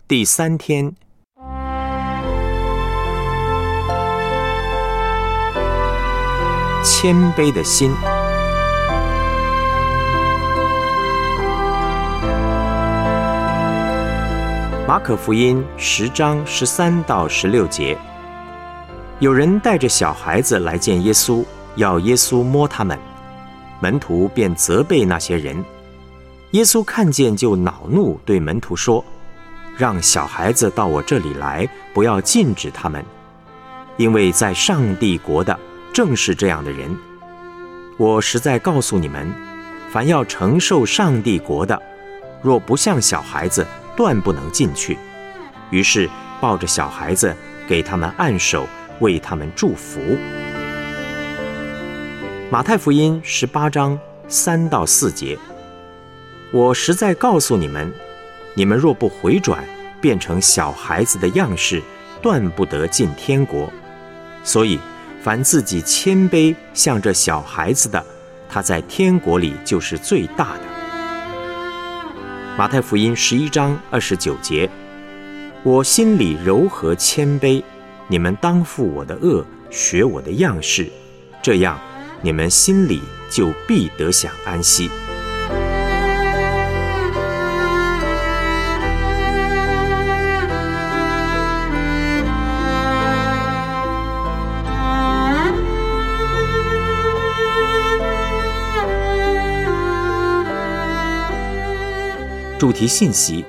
第3天，谦卑的心。马可福音10章13到16节，有人带着小孩子来见耶稣，要耶稣摸他们，门徒便责备那些人。耶稣看见就恼怒，对门徒说：让小孩子到我这里来，不要禁止他们，因为在上帝国的正是这样的人。我实在告诉你们，凡要承受上帝国的，若不像小孩子，断不能进去。于是抱着小孩子，给他们按手，为他们祝福。马太福音18章3到4节，我实在告诉你们，你们若不回转，变成小孩子的样式，断不得进天国。所以凡自己谦卑像这小孩子的，他在天国里就是最大的。马太福音11章29节，我心里柔和谦卑，你们当负我的恶，学我的样式，这样你们心里就必得享安息。主题信息，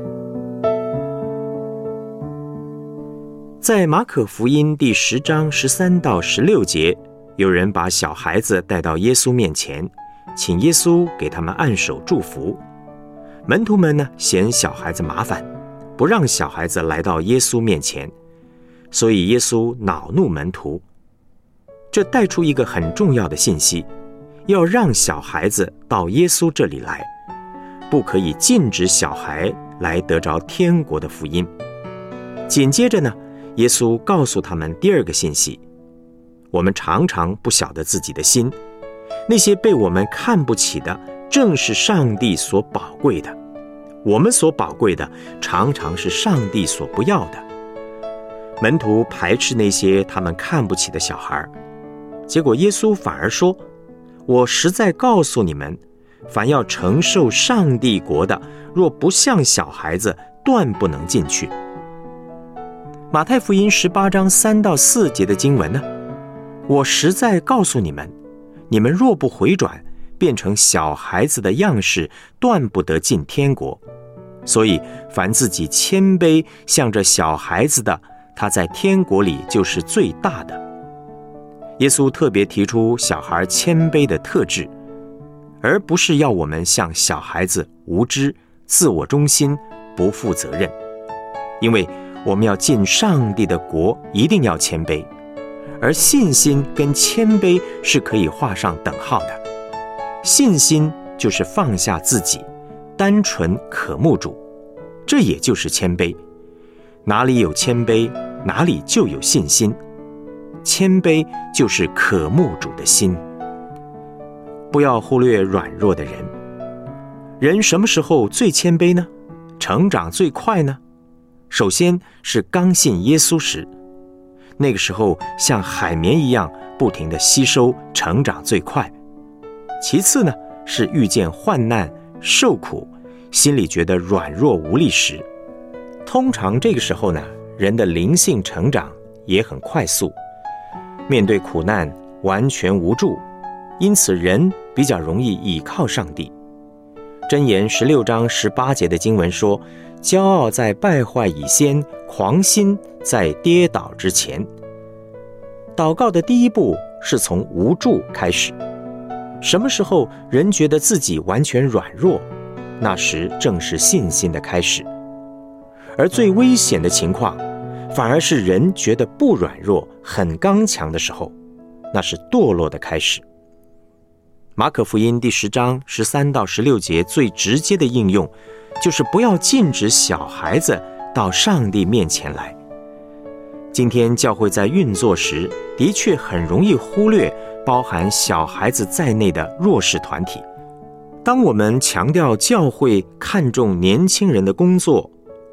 在马可福音第10章13到16节，有人把小孩子带到耶稣面前，请耶稣给他们按手祝福。门徒们呢，嫌小孩子麻烦，不让小孩子来到耶稣面前，所以耶稣恼怒门徒。这带出一个很重要的信息，要让小孩子到耶稣这里来，不可以禁止小孩来得着天国的福音。紧接着呢，耶稣告诉他们第二个信息，我们常常不晓得自己的心，那些被我们看不起的，正是上帝所宝贵的。我们所宝贵的，常常是上帝所不要的。门徒排斥那些他们看不起的小孩，结果耶稣反而说：我实在告诉你们，凡要承受上帝国的，若不像小孩子，断不能进去。马太福音18章3到4节的经文呢，我实在告诉你们，你们若不回转，变成小孩子的样式，断不得进天国。所以凡自己谦卑像这小孩子的，他在天国里就是最大的。耶稣特别提出小孩谦卑的特质，而不是要我们像小孩子无知、自我中心、不负责任。因为我们要进上帝的国，一定要谦卑，而信心跟谦卑是可以画上等号的。信心就是放下自己，单纯渴慕主，这也就是谦卑。哪里有谦卑，哪里就有信心。谦卑就是渴慕主的心。不要忽略软弱的人。人什么时候最谦卑呢？成长最快呢？首先是刚信耶稣时，那个时候像海绵一样不停地吸收，成长最快。其次呢，是遇见患难、受苦，心里觉得软弱无力时。通常这个时候呢，人的灵性成长也很快速，面对苦难完全无助，因此人比较容易倚靠上帝。箴言16章18节的经文说，骄傲在败坏以先，狂心在跌倒之前。祷告的第一步是从无助开始。什么时候人觉得自己完全软弱，那时正是信心的开始。而最危险的情况，反而是人觉得不软弱、很刚强的时候，那是堕落的开始。马可福音第10章13到16节最直接的应用，就是不要禁止小孩子到上帝面前来。今天教会在运作时，的确很容易忽略包含小孩子在内的弱势团体。当我们强调教会看重年轻人的工作，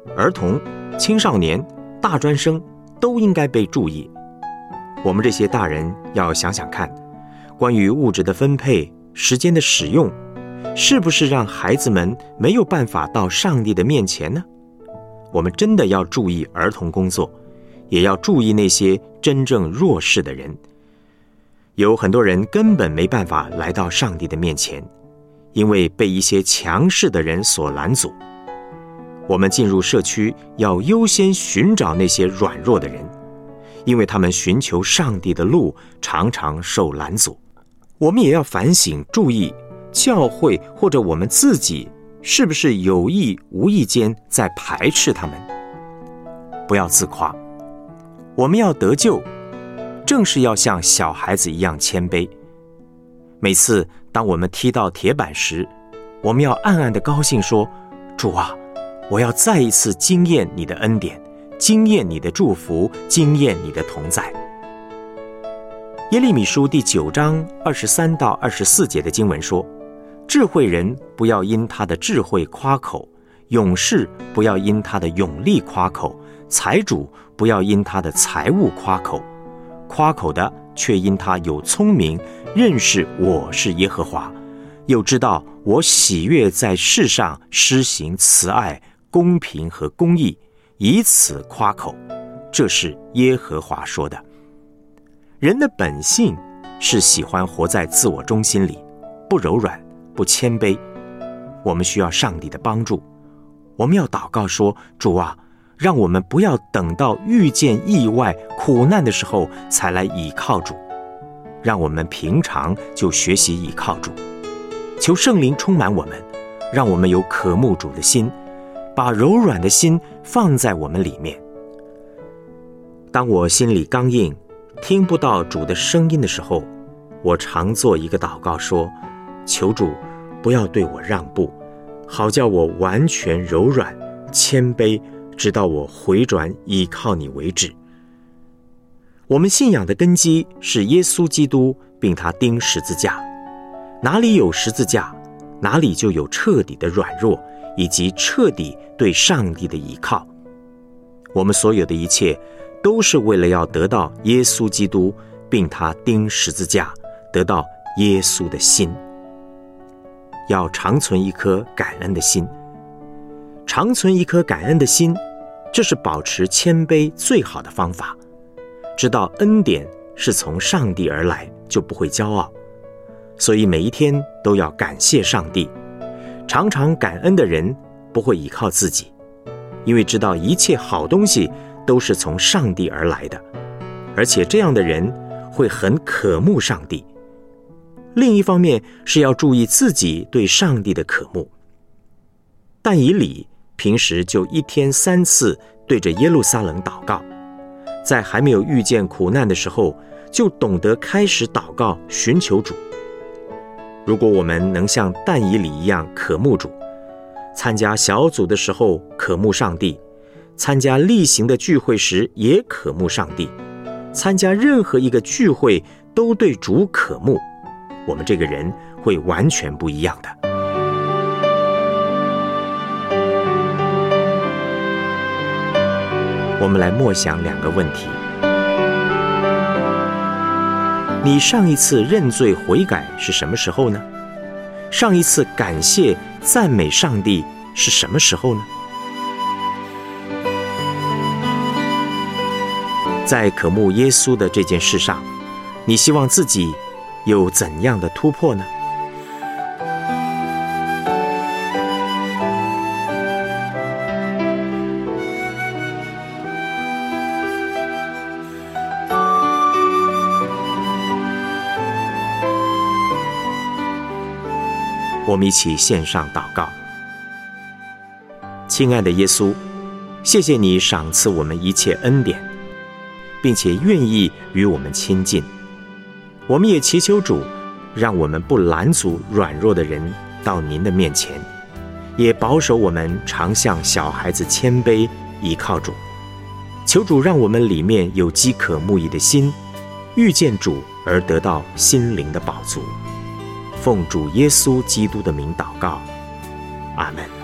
儿童、青少年、大专生都应该被注意。我们这些大人要想想看，关于物质的分配、时间的使用，是不是让孩子们没有办法到上帝的面前呢？我们真的要注意儿童工作，也要注意那些真正弱势的人。有很多人根本没办法来到上帝的面前，因为被一些强势的人所拦阻。我们进入社区要优先寻找那些软弱的人，因为他们寻求上帝的路常常受拦阻。我们也要反省注意，教会或者我们自己是不是有意无意间在排斥他们。不要自夸，我们要得救，正是要像小孩子一样谦卑。每次当我们踢到铁板时，我们要暗暗地高兴说，主啊，我要再一次经验你的恩典，经验你的祝福，经验你的同在。耶利米书第9章23到24节的经文说，智慧人不要因他的智慧夸口，勇士不要因他的勇力夸口，财主不要因他的财物夸口，夸口的却因他有聪明，认识我是耶和华，又知道我喜悦在世上施行慈爱、公平和公义，以此夸口。这是耶和华说的。人的本性是喜欢活在自我中心里，不柔软，不谦卑。我们需要上帝的帮助。我们要祷告说，主啊，让我们不要等到遇见意外、苦难的时候才来倚靠主，让我们平常就学习倚靠主。求圣灵充满我们，让我们有渴慕主的心，把柔软的心放在我们里面。当我心里刚硬，听不到主的声音的时候，我常做一个祷告说，求主不要对我让步，好叫我完全柔软谦卑，直到我回转依靠你为止。我们信仰的根基是耶稣基督，并他钉十字架。哪里有十字架，哪里就有彻底的软弱，以及彻底对上帝的依靠。我们所有的一切都是为了要得到耶稣基督，并他钉十字架，得到耶稣的心。要常存一颗感恩的心。常存一颗感恩的心，这是保持谦卑最好的方法。知道恩典是从上帝而来，就不会骄傲。所以每一天都要感谢上帝。常常感恩的人不会依靠自己，因为知道一切好东西都是从上帝而来的，而且这样的人会很渴慕上帝。另一方面是要注意自己对上帝的渴慕。但以理平时就1天3次对着耶路撒冷祷告，在还没有遇见苦难的时候，就懂得开始祷告寻求主。如果我们能像但以理一样渴慕主，参加小组的时候渴慕上帝，参加例行的聚会时也渴慕上帝，参加任何一个聚会都对主渴慕，我们这个人会完全不一样的。我们来默想2个问题。你上一次认罪悔改是什么时候呢？上一次感谢赞美上帝是什么时候呢？在渴慕耶稣的这件事上，你希望自己有怎样的突破呢？我们一起献上祷告。亲爱的耶稣，谢谢你赏赐我们一切恩典，并且愿意与我们亲近。我们也祈求主，让我们不拦阻软弱的人到您的面前，也保守我们常像小孩子谦卑依靠主。求主让我们里面有饥渴慕义的心，遇见主而得到心灵的饱足。奉主耶稣基督的名祷告，阿们。